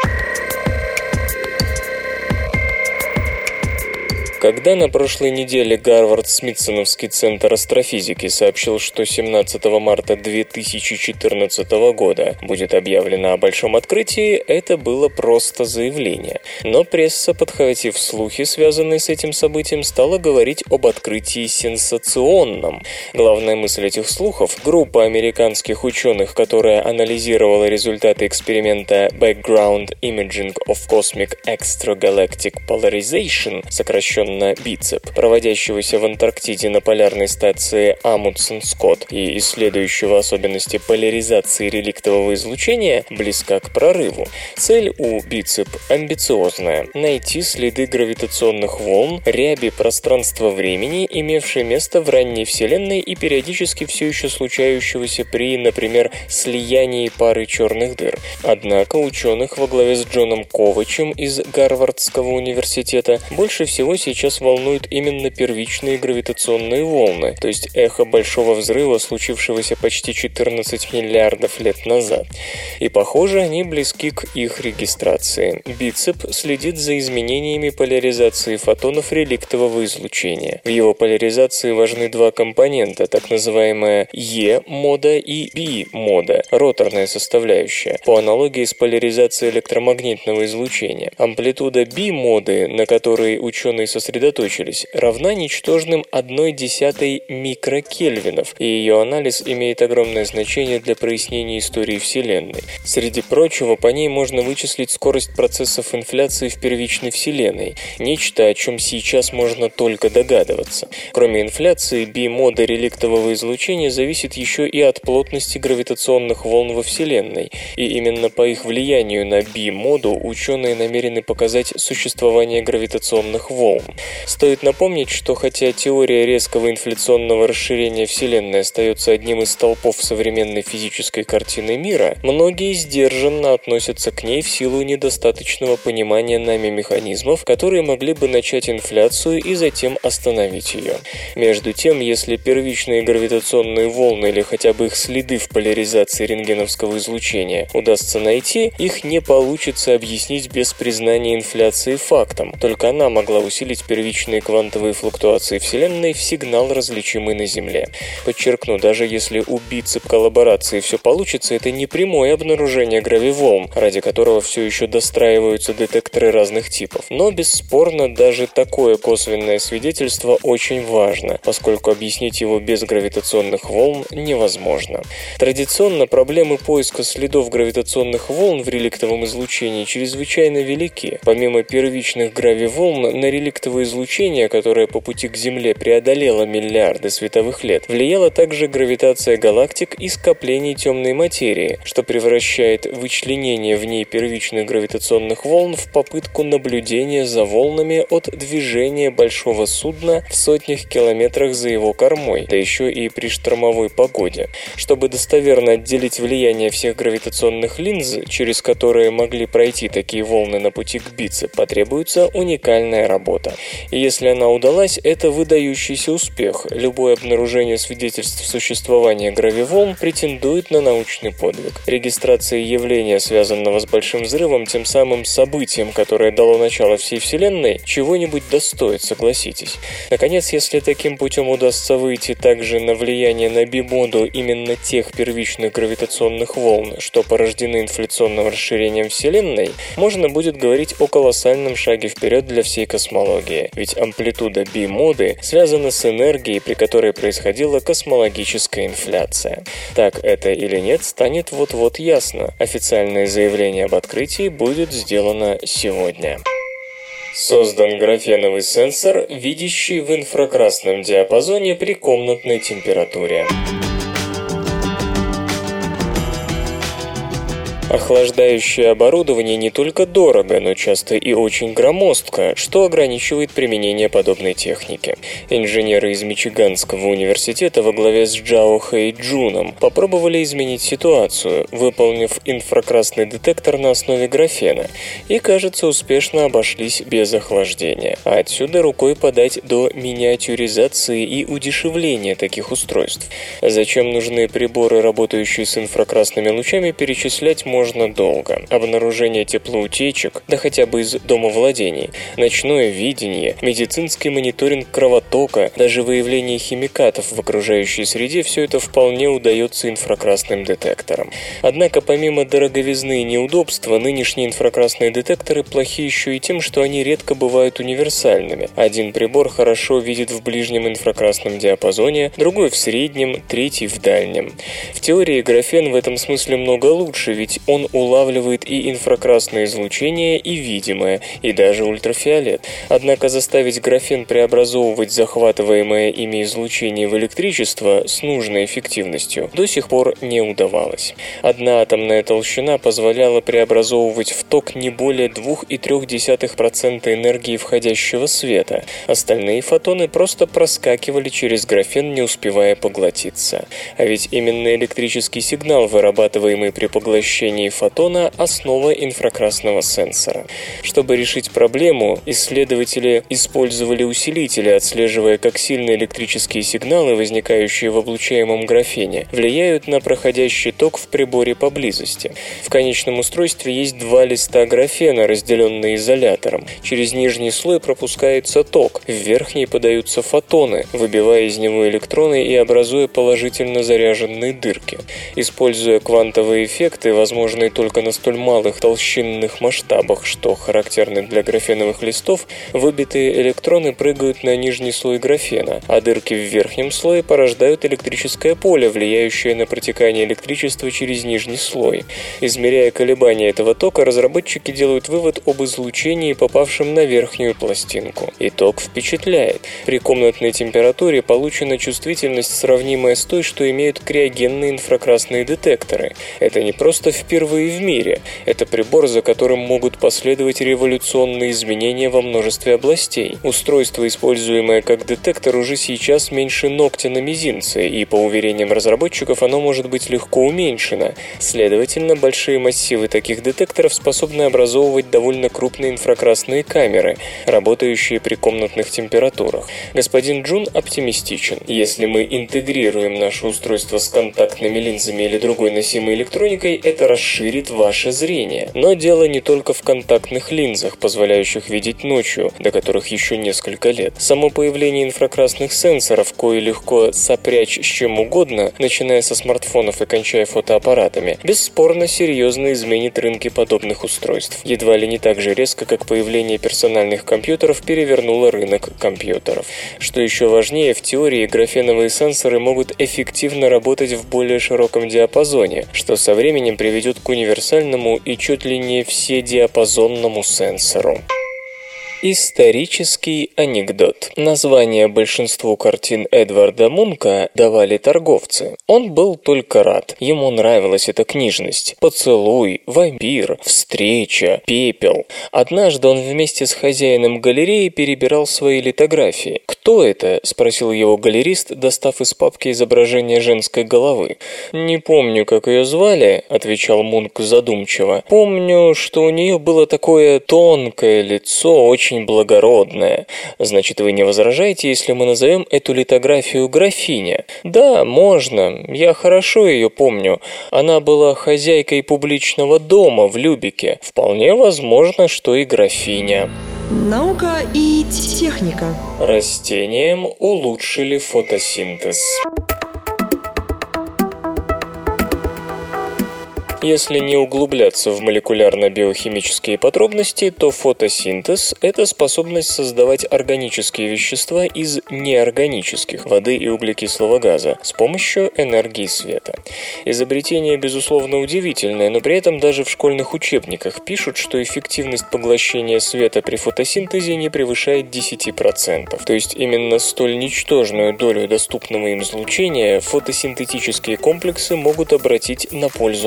Когда на прошлой неделе Гарвард-Смитсоновский центр астрофизики сообщил, что семнадцатого марта две тысячи четырнадцатого года будет объявлено о большом открытии, это было просто заявление. Но пресса, подхватив слухи, связанные с этим событием, стала говорить об открытии сенсационном. Главная мысль этих слухов – группа американских ученых, которая анализировала результаты эксперимента Background Imaging of Cosmic Extragalactic Polarization, сокращенно на БИЦЕП, проводящегося в Антарктиде на полярной станции Амундсен-Скотт и исследующего особенности поляризации реликтового излучения, близка к прорыву. Цель у БИЦЕП амбициозная – найти следы гравитационных волн, ряби пространства-времени, имевшие место в ранней Вселенной и периодически все еще случающегося при, например, слиянии пары черных дыр. Однако ученых во главе с Джоном Ковачем из Гарвардского университета больше всего сейчас Сейчас волнуют именно первичные гравитационные волны, то есть эхо Большого взрыва, случившегося почти четырнадцать миллиардов лет назад. И, похоже, они близки к их регистрации. БИЦЕП следит за изменениями поляризации фотонов реликтового излучения. В его поляризации важны два компонента, так называемая Е-мода и Би-мода, роторная составляющая, по аналогии с поляризацией электромагнитного излучения. Амплитуда Би-моды, на которой ученые сосредоточились, сосредоточились, равна ничтожным одной десятой микрокельвинов, и ее анализ имеет огромное значение для прояснения истории Вселенной. Среди прочего, по ней можно вычислить скорость процессов инфляции в первичной Вселенной, нечто, о чем сейчас можно только догадываться. Кроме инфляции, би-мода реликтового излучения зависит еще и от плотности гравитационных волн во Вселенной, и именно по их влиянию на би-моду ученые намерены показать существование гравитационных волн. Стоит напомнить, что хотя теория резкого инфляционного расширения Вселенной остается одним из столпов современной физической картины мира, многие сдержанно относятся к ней в силу недостаточного понимания нами механизмов, которые могли бы начать инфляцию и затем остановить ее. Между тем, если первичные гравитационные волны или хотя бы их следы в поляризации рентгеновского излучения удастся найти, их не получится объяснить без признания инфляции фактом, только она могла усилить первичные квантовые флуктуации Вселенной в сигнал, различимый на Земле. Подчеркну, даже если у БИЦЕП-коллаборации все получится, это не прямое обнаружение гравиволн, ради которого все еще достраиваются детекторы разных типов. Но, бесспорно, даже такое косвенное свидетельство очень важно, поскольку объяснить его без гравитационных волн невозможно. Традиционно проблемы поиска следов гравитационных волн в реликтовом излучении чрезвычайно велики. Помимо первичных гравиволн, на реликтовое излучение, которое по пути к Земле преодолело миллиарды световых лет, влияла также гравитация галактик и скоплений темной материи, что превращает вычленение в ней первичных гравитационных волн в попытку наблюдения за волнами от движения большого судна в сотнях километрах за его кормой, да еще и при штормовой погоде. Чтобы достоверно отделить влияние всех гравитационных линз, через которые могли пройти такие волны на пути к БИЦЕП, потребуется уникальная работа. И если она удалась, это выдающийся успех. Любое обнаружение свидетельств существования гравиволн претендует на научный подвиг. Регистрация явления, связанного с Большим взрывом, тем самым событием, которое дало начало всей Вселенной, чего-нибудь достоит, согласитесь. Наконец, если таким путем удастся выйти также на влияние на би-моду именно тех первичных гравитационных волн, что порождены инфляционным расширением Вселенной, можно будет говорить о колоссальном шаге вперед для всей космологии. Ведь амплитуда би-моды связана с энергией, при которой происходила космологическая инфляция. Так это или нет, станет вот-вот ясно. Официальное заявление об открытии будет сделано сегодня. Создан графеновый сенсор, видящий в инфракрасном диапазоне при комнатной температуре. Охлаждающее оборудование не только дорого, но часто и очень громоздко, что ограничивает применение подобной техники. Инженеры из Мичиганского университета во главе с Джао Хэйджуном попробовали изменить ситуацию, выполнив инфракрасный детектор на основе графена, и, кажется, успешно обошлись без охлаждения. А отсюда рукой подать до миниатюризации и удешевления таких устройств. Зачем нужны приборы, работающие с инфракрасными лучами, перечислять можно можно долго. Обнаружение теплоутечек, да хотя бы из домовладений, ночное видение, медицинский мониторинг кровотока, даже выявление химикатов в окружающей среде – все это вполне удается инфракрасным детекторам. Однако помимо дороговизны и неудобства, нынешние инфракрасные детекторы плохи еще и тем, что они редко бывают универсальными. Один прибор хорошо видит в ближнем инфракрасном диапазоне, другой в среднем, третий в дальнем. В теории графен в этом смысле много лучше, ведь он улавливает и инфракрасное излучение, и видимое, и даже ультрафиолет. Однако заставить графен преобразовывать захватываемое ими излучение в электричество с нужной эффективностью до сих пор не удавалось. Одна атомная толщина позволяла преобразовывать в ток не более два целых три десятых процента энергии входящего света. Остальные фотоны просто проскакивали через графен, не успевая поглотиться. А ведь именно электрический сигнал, вырабатываемый при поглощении фотона, основа инфракрасного сенсора. Чтобы решить проблему, исследователи использовали усилители, отслеживая, как сильно электрические сигналы, возникающие в облучаемом графене, влияют на проходящий ток в приборе поблизости. В конечном устройстве есть два листа графена, разделенные изолятором. Через нижний слой пропускается ток, в верхний подаются фотоны, выбивая из него электроны и образуя положительно заряженные дырки. Используя квантовые эффекты, возможные только на столь малых толщинных масштабах, что характерно для графеновых листов, выбитые электроны прыгают на нижний слой графена, а дырки в верхнем слое порождают электрическое поле, влияющее на протекание электричества через нижний слой. Измеряя колебания этого тока, разработчики делают вывод об излучении, попавшем на верхнюю пластинку. Итог впечатляет. При комнатной температуре получена чувствительность, сравнимая с той, что имеют криогенные инфракрасные детекторы. Это не просто впервые в мире. Это прибор, за которым могут последовать революционные изменения во множестве областей. Устройство, используемое как детектор, уже сейчас меньше ногтя на мизинце, и, по уверениям разработчиков, оно может быть легко уменьшено. Следовательно, большие массивы таких детекторов способны образовывать довольно крупные инфракрасные камеры, работающие при комнатных температурах. Господин Джун оптимистичен. Если мы интегрируем наше устройство с контактными линзами или другой носимой электроникой, это расширит ваше зрение. Но дело не только в контактных линзах, позволяющих видеть ночью, до которых еще несколько лет. Само появление инфракрасных сенсоров, кое легко сопрячь с чем угодно, начиная со смартфонов и кончая фотоаппаратами, бесспорно серьезно изменит рынки подобных устройств. Едва ли не так же резко, как появление персональных компьютеров перевернуло рынок компьютеров. Что еще важнее, в теории графеновые сенсоры могут эффективно работать в более широком диапазоне, что со временем приведет к универсальному и чуть ли не вседиапазонному сенсору. Исторический анекдот. Название большинству картин Эдварда Мунка давали торговцы. Он был только рад. Ему нравилась эта книжность. Поцелуй, вампир, встреча, пепел. Однажды он вместе с хозяином галереи перебирал свои литографии. «Кто это?» – спросил его галерист, достав из папки изображение женской головы. «Не помню, как ее звали», – отвечал Мунк задумчиво. «Помню, что у нее было такое тонкое лицо, очень очень благородная. Значит, вы не возражаете, если мы назовем эту литографию графиня? Да, можно. Я хорошо ее помню. Она была хозяйкой публичного дома в Любеке. Вполне возможно, что и графиня». Наука и техника. Растениям улучшили фотосинтез. Если не углубляться в молекулярно-биохимические подробности, то фотосинтез – это способность создавать органические вещества из неорганических – воды и углекислого газа – с помощью энергии света. Изобретение, безусловно, удивительное, но при этом даже в школьных учебниках пишут, что эффективность поглощения света при фотосинтезе не превышает десять процентов. То есть именно столь ничтожную долю доступного им излучения фотосинтетические комплексы могут обратить на пользу организма.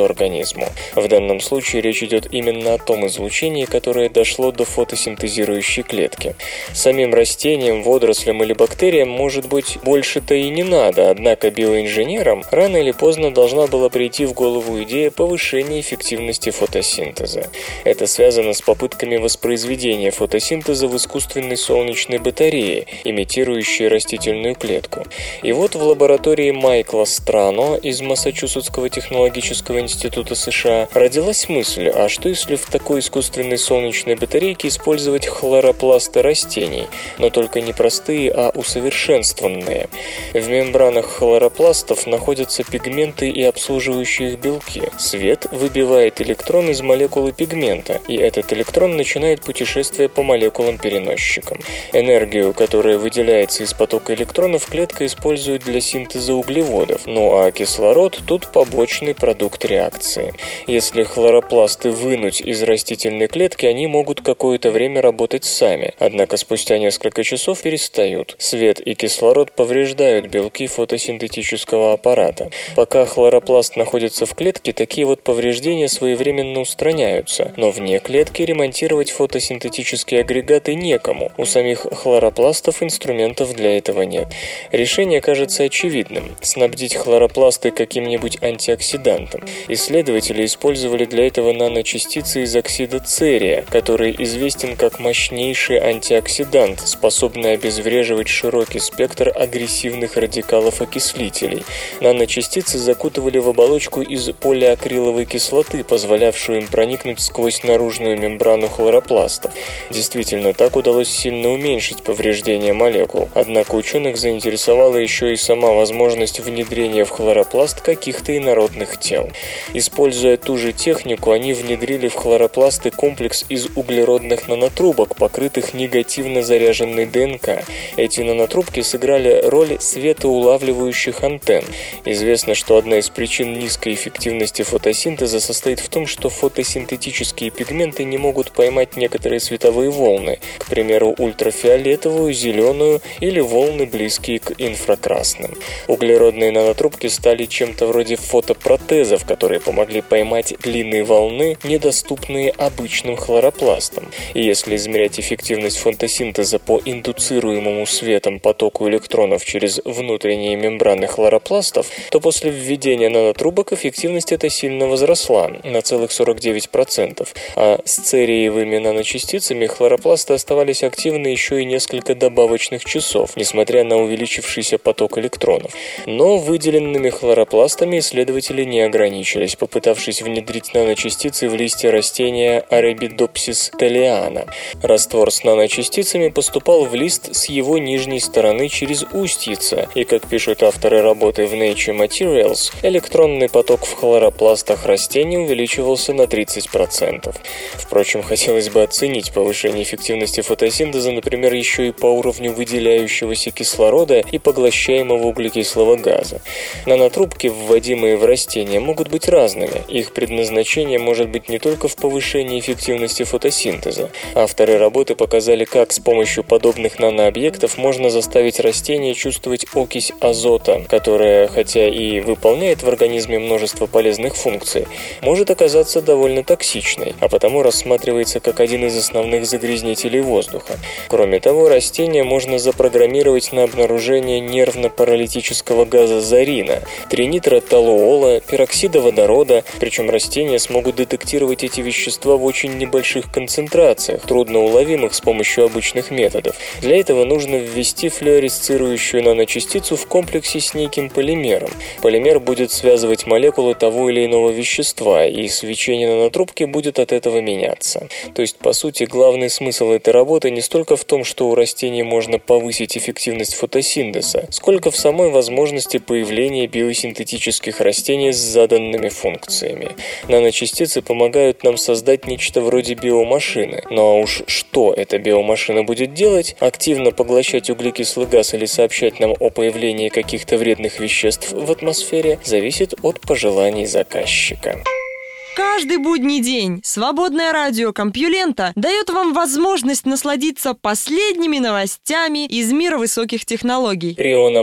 организму. В данном случае речь идет именно о том излучении, которое дошло до фотосинтезирующей клетки. Самим растениям, водорослям или бактериям, может быть, больше-то и не надо, однако биоинженерам рано или поздно должна была прийти в голову идея повышения эффективности фотосинтеза. Это связано с попытками воспроизведения фотосинтеза в искусственной солнечной батарее, имитирующей растительную клетку. И вот в лаборатории Майкла Страно из Массачусетского технологического института США родилась мысль, а что если в такой искусственной солнечной батарейке использовать хлоропласты растений, но только не простые, а усовершенствованные. В мембранах хлоропластов находятся пигменты и обслуживающие их белки. Свет выбивает электрон из молекулы пигмента, и этот электрон начинает путешествие по молекулам-переносчикам. Энергию, которая выделяется из потока электронов, клетка использует для синтеза углеводов, ну а кислород тут побочный продукт реакции. Если хлоропласты вынуть из растительной клетки, они могут какое-то время работать сами, однако спустя несколько часов перестают. Свет и кислород повреждают белки фотосинтетического аппарата. Пока хлоропласт находится в клетке, такие вот повреждения своевременно устраняются, но вне клетки ремонтировать фотосинтетические агрегаты некому. У самих хлоропластов инструментов для этого нет. Решение кажется очевидным – снабдить хлоропласты каким-нибудь антиоксидантом. Исследователи использовали для этого наночастицы из оксида церия, который известен как мощнейший антиоксидант, способный обезвреживать широкий спектр агрессивных радикалов-окислителей. Наночастицы закутывали в оболочку из полиакриловой кислоты, позволявшую им проникнуть сквозь наружную мембрану хлоропластов. Действительно, так удалось сильно уменьшить повреждения молекул, однако ученых заинтересовала еще и сама возможность внедрения в хлоропласт каких-то инородных тел. Используя ту же технику, они внедрили в хлоропласты комплекс из углеродных нанотрубок, покрытых негативно заряженной ДНК. Эти нанотрубки сыграли роль светоулавливающих антенн. Известно, что одна из причин низкой эффективности фотосинтеза состоит в том, что фотосинтетические пигменты не могут поймать некоторые световые волны, к примеру, ультрафиолетовую, зеленую или волны, близкие к инфракрасным. Углеродные нанотрубки стали чем-то вроде фотопротезов, которые помогли поймать длинные волны, недоступные обычным хлоропластам. И если измерять эффективность фотосинтеза по индуцируемому светом потоку электронов через внутренние мембраны хлоропластов, то после введения нанотрубок эффективность эта сильно возросла на целых сорок девять процентов, а с цериевыми наночастицами хлоропласты оставались активны еще и несколько добавочных часов, несмотря на увеличившийся поток электронов. Но выделенными хлоропластами исследователи не ограничились, попытавшись внедрить наночастицы в листья растения Arabidopsis thaliana. Раствор с наночастицами поступал в лист с его нижней стороны через устьица, и, как пишут авторы работы в Nature Materials, электронный поток в хлоропластах растений увеличивался на тридцать процентов. Впрочем, хотелось бы оценить повышение эффективности фотосинтеза, например, еще и по уровню выделяющегося кислорода и поглощаемого углекислого газа. Нанотрубки, вводимые в растения, могут быть разными. Их предназначение может быть не только в повышении эффективности фотосинтеза. Авторы работы показали, как с помощью подобных нанообъектов можно заставить растение чувствовать окись азота, которая, хотя и выполняет в организме множество полезных функций, может оказаться довольно токсичной, а потому рассматривается как один из основных загрязнителей воздуха. Кроме того, растение можно запрограммировать на обнаружение нервно-паралитического газа зарина, тринитротолуола, пероксида водорода, причем растения смогут детектировать эти вещества в очень небольших концентрациях, трудноуловимых с помощью обычных методов. Для этого нужно ввести флуоресцирующую наночастицу в комплексе с неким полимером. Полимер будет связывать молекулы того или иного вещества, и свечение нанотрубки будет от этого меняться. То есть, по сути, главный смысл этой работы не столько в том, что у растений можно повысить эффективность фотосинтеза, сколько в самой возможности появления биосинтетических растений с заданными функциями. Наночастицы помогают нам создать нечто вроде биомашины. Но уж что эта биомашина будет делать, активно поглощать углекислый газ или сообщать нам о появлении каких-то вредных веществ в атмосфере, зависит от пожеланий заказчика. Каждый будний день свободное радио Компьюлента дает вам возможность насладиться последними новостями из мира высоких технологий.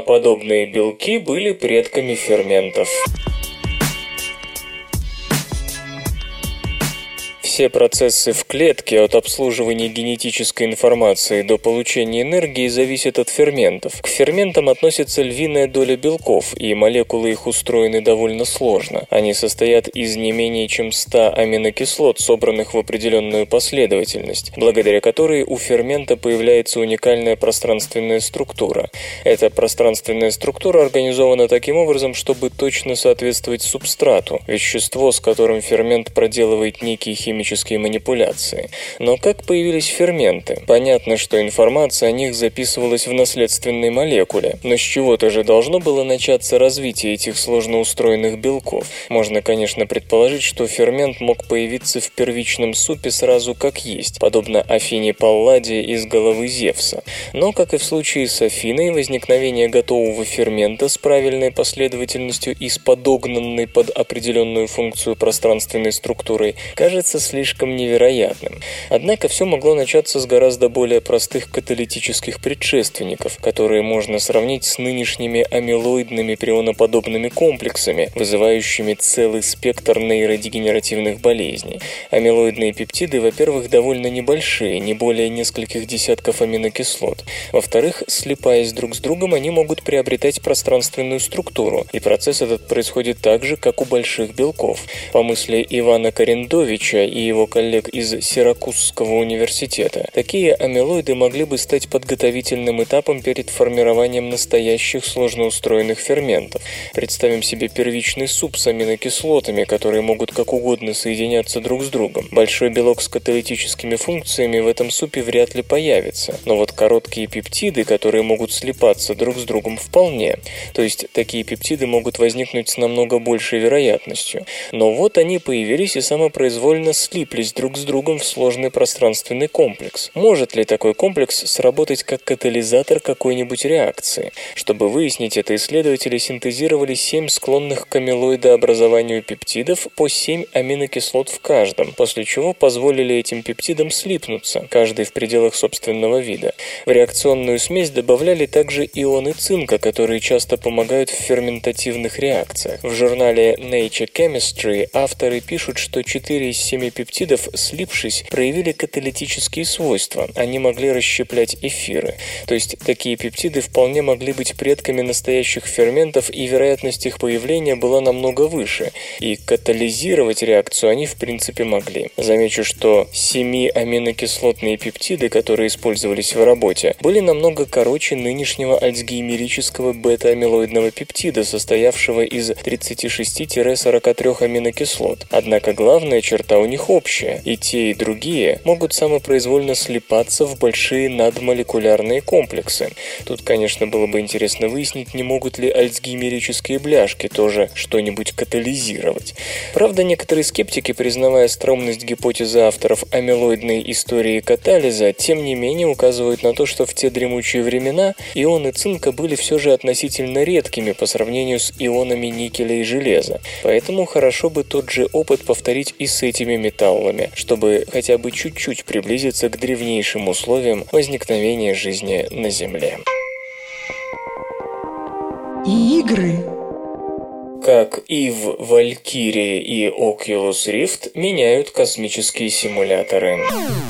Прионоподобные белки были предками ферментов. Все процессы в клетке, от обслуживания генетической информации до получения энергии, зависят от ферментов. К ферментам относится львиная доля белков, и молекулы их устроены довольно сложно. Они состоят из не менее чем ста аминокислот, собранных в определенную последовательность, благодаря которой у фермента появляется уникальная пространственная структура. Эта пространственная структура организована таким образом, чтобы точно соответствовать субстрату, вещество, с которым фермент проделывает некие химические манипуляции. Но как появились ферменты? Понятно, что информация о них записывалась в наследственной молекуле, но с чего-то же должно было начаться развитие этих сложно устроенных белков. Можно, конечно, предположить, что фермент мог появиться в первичном супе сразу как есть, подобно Афине Палладе из головы Зевса. Но, как и в случае с Афиной, возникновение готового фермента с правильной последовательностью и с подогнанной под определенную функцию пространственной структурой кажется слишком невероятным. Однако все могло начаться с гораздо более простых каталитических предшественников, которые можно сравнить с нынешними амилоидными прионоподобными комплексами, вызывающими целый спектр нейродегенеративных болезней. Амилоидные пептиды, во-первых, довольно небольшие, не более нескольких десятков аминокислот. Во-вторых, слипаясь друг с другом, они могут приобретать пространственную структуру, и процесс этот происходит так же, как у больших белков. По мысли Ивана Корендовича и его коллег из Сиракузского университета, такие амилоиды могли бы стать подготовительным этапом перед формированием настоящих сложноустроенных ферментов. Представим себе первичный суп с аминокислотами, которые могут как угодно соединяться друг с другом. Большой белок с каталитическими функциями в этом супе вряд ли появится, но вот короткие пептиды, которые могут слипаться друг с другом, вполне. То есть такие пептиды могут возникнуть с намного большей вероятностью. Но вот они появились и самопроизвольно слиплись друг с другом в сложный пространственный комплекс. Может ли такой комплекс сработать как катализатор какой-нибудь реакции? Чтобы выяснить это, исследователи синтезировали семь склонных к амилоидообразованию пептидов по семь аминокислот в каждом, после чего позволили этим пептидам слипнуться, каждый в пределах собственного вида. В реакционную смесь добавляли также ионы цинка, которые часто помогают в ферментативных реакциях. В журнале Nature Chemistry авторы пишут, что четыре из семи пептидов, слипшись, проявили каталитические свойства. Они могли расщеплять эфиры. То есть такие пептиды вполне могли быть предками настоящих ферментов, и вероятность их появления была намного выше. И катализировать реакцию они в принципе могли. Замечу, что семиаминокислотные пептиды, которые использовались в работе, были намного короче нынешнего альцгеймерического бета-амилоидного пептида, состоявшего из тридцати шести - сорока трёх аминокислот. Однако главная черта у них общая. И те, и другие могут самопроизвольно слипаться в большие надмолекулярные комплексы. Тут, конечно, было бы интересно выяснить, не могут ли альцгеймерические бляшки тоже что-нибудь катализировать. Правда, некоторые скептики, признавая остроумность гипотезы авторов амилоидной истории катализа, тем не менее указывают на то, что в те дремучие времена ионы цинка были все же относительно редкими по сравнению с ионами никеля и железа. Поэтому хорошо бы тот же опыт повторить и с этими металлами, чтобы хотя бы чуть-чуть приблизиться к древнейшим условиям возникновения жизни на Земле. Игры. Как Eve Valkyrie и Oculus Rift меняют космические симуляторы.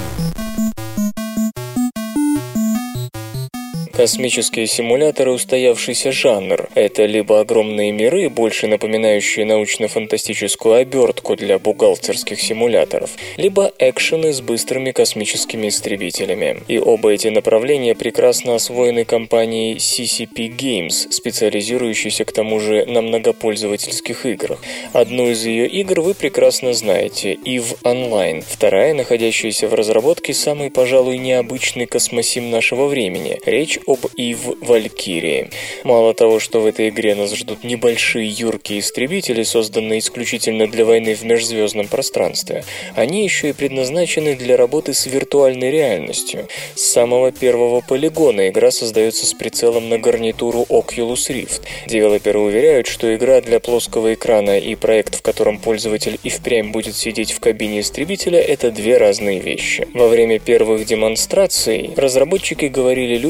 Космические симуляторы – устоявшийся жанр. Это либо огромные миры, больше напоминающие научно-фантастическую обертку для бухгалтерских симуляторов, либо экшены с быстрыми космическими истребителями. И оба эти направления прекрасно освоены компанией си си пи Games, специализирующейся к тому же на многопользовательских играх. Одну из ее игр вы прекрасно знаете – Eve Online. Вторая, находящаяся в разработке, самый, пожалуй, необычный космосим нашего времени. Речь об Eve Valkyrie. Мало того, что в этой игре нас ждут небольшие юркие истребители, созданные исключительно для войны в межзвездном пространстве, они еще и предназначены для работы с виртуальной реальностью. С самого первого полигона игра создается с прицелом на гарнитуру Oculus Rift. Девелоперы уверяют, что игра для плоского экрана и проект, в котором пользователь и впрямь будет сидеть в кабине истребителя, это две разные вещи. Во время первых демонстраций разработчики говорили людям, чтобы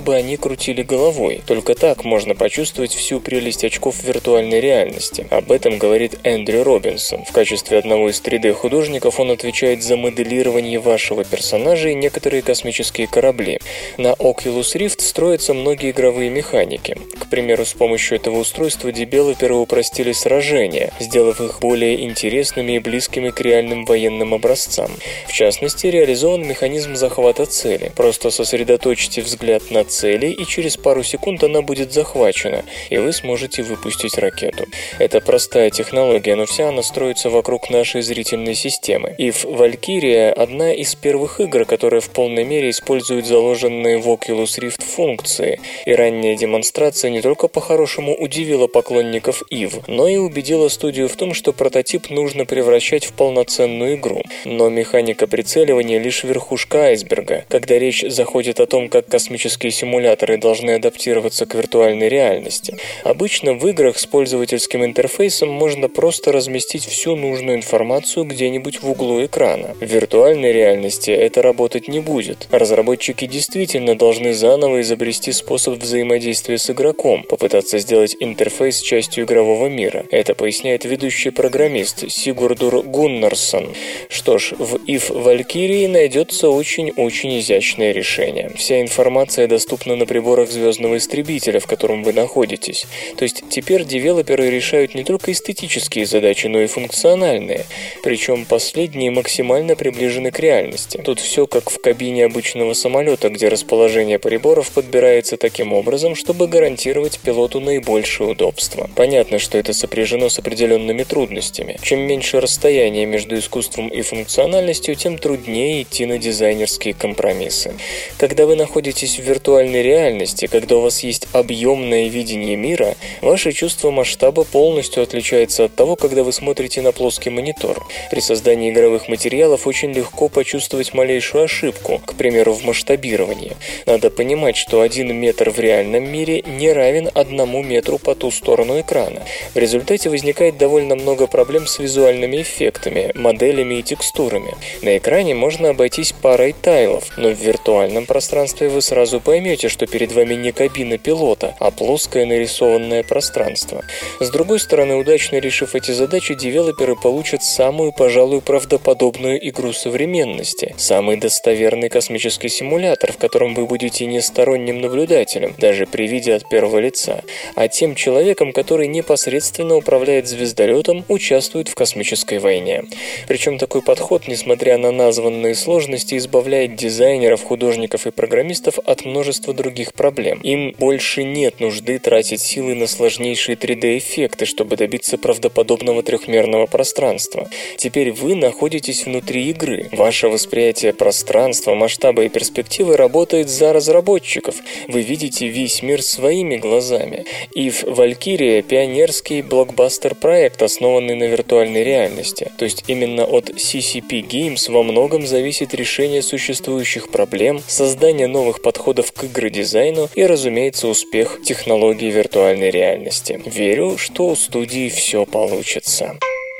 чтобы они крутили головой. Только так можно почувствовать всю прелесть очков виртуальной реальности. Об этом говорит Эндрю Робинсон. В качестве одного из три дэ-художников он отвечает за моделирование вашего персонажа и некоторые космические корабли. На Oculus Rift строятся многие игровые механики. К примеру, с помощью этого устройства девелоперы упростили сражения, сделав их более интересными и близкими к реальным военным образцам. В частности, реализован механизм захвата цели. Просто сосредоточьте взгляд на цели, и через пару секунд она будет захвачена, и вы сможете выпустить ракету. Это простая технология, но вся она строится вокруг нашей зрительной системы. Eve Valkyria – одна из первых игр, которая в полной мере использует заложенные в Oculus Rift функции, и ранняя демонстрация не только по-хорошему удивила поклонников Eve, но и убедила студию в том, что прототип нужно превращать в полноценную игру. Но механика прицеливания лишь верхушка айсберга. Когда речь заходит о том, как космические симуляторы должны адаптироваться к виртуальной реальности. Обычно в играх с пользовательским интерфейсом можно просто разместить всю нужную информацию где-нибудь в углу экрана. В виртуальной реальности это работать не будет. Разработчики действительно должны заново изобрести способ взаимодействия с игроком, попытаться сделать интерфейс частью игрового мира. Это поясняет ведущий программист Сигурдур Гуннарсон. Что ж, в Eve Valkyrie найдется очень-очень изящное решение. Вся информация доступна на приборах звездного истребителя, в котором вы находитесь. То есть теперь девелоперы решают не только эстетические задачи, но и функциональные. Причем последние максимально приближены к реальности. Тут все как в кабине обычного самолета, где расположение приборов подбирается таким образом, чтобы гарантировать пилоту наибольшее удобство. Понятно, что это сопряжено с определенными трудностями. Чем меньше расстояние между искусством и функциональностью, тем труднее идти на дизайнерские компромиссы. Когда вы находитесь в виртуальной реальности, когда у вас есть объемное видение мира, ваше чувство масштаба полностью отличается от того, когда вы смотрите на плоский монитор. При создании игровых материалов очень легко почувствовать малейшую ошибку, к примеру, в масштабировании. Надо понимать, что один метр в реальном мире не равен одному метру по ту сторону экрана. В результате возникает довольно много проблем с визуальными эффектами, моделями и текстурами. На экране можно обойтись парой тайлов, но в виртуальном пространстве вы сразу поймете, что перед вами не кабина пилота, а плоское нарисованное пространство. С другой стороны, удачно решив эти задачи, девелоперы получат самую, пожалуй, правдоподобную игру современности, самый достоверный космический симулятор, в котором вы будете не сторонним наблюдателем, даже при виде от первого лица, а тем человеком, который непосредственно управляет звездолетом, участвует в космической войне. Причем такой подход, несмотря на названные сложности, избавляет дизайнеров, художников и программистов от множества других проблем. Им больше нет нужды тратить силы на сложнейшие три дэ-эффекты, чтобы добиться правдоподобного трехмерного пространства. Теперь вы находитесь внутри игры. Ваше восприятие пространства, масштаба и перспективы работает за разработчиков. Вы видите весь мир своими глазами. Eve Valkyria – пионерский блокбастер-проект, основанный на виртуальной реальности. То есть именно от си си пи Games во многом зависит решение существующих проблем, создание новых подходов к игродизайну и, разумеется, успех технологий виртуальной реальности. Верю, что у студии все получится.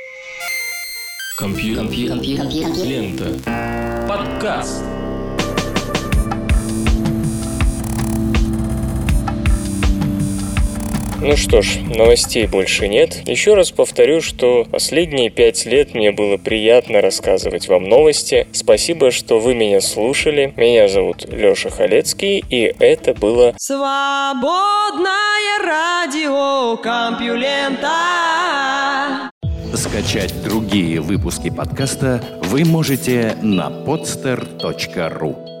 Компьютер. Лента. Подкаст. Ну что ж, новостей больше нет. Еще раз повторю, что последние пять лет мне было приятно рассказывать вам новости. Спасибо, что вы меня слушали. Меня зовут Леша Халецкий, и это было Свободное радио Компьюлента. Скачать другие выпуски подкаста вы можете на podster точка ру.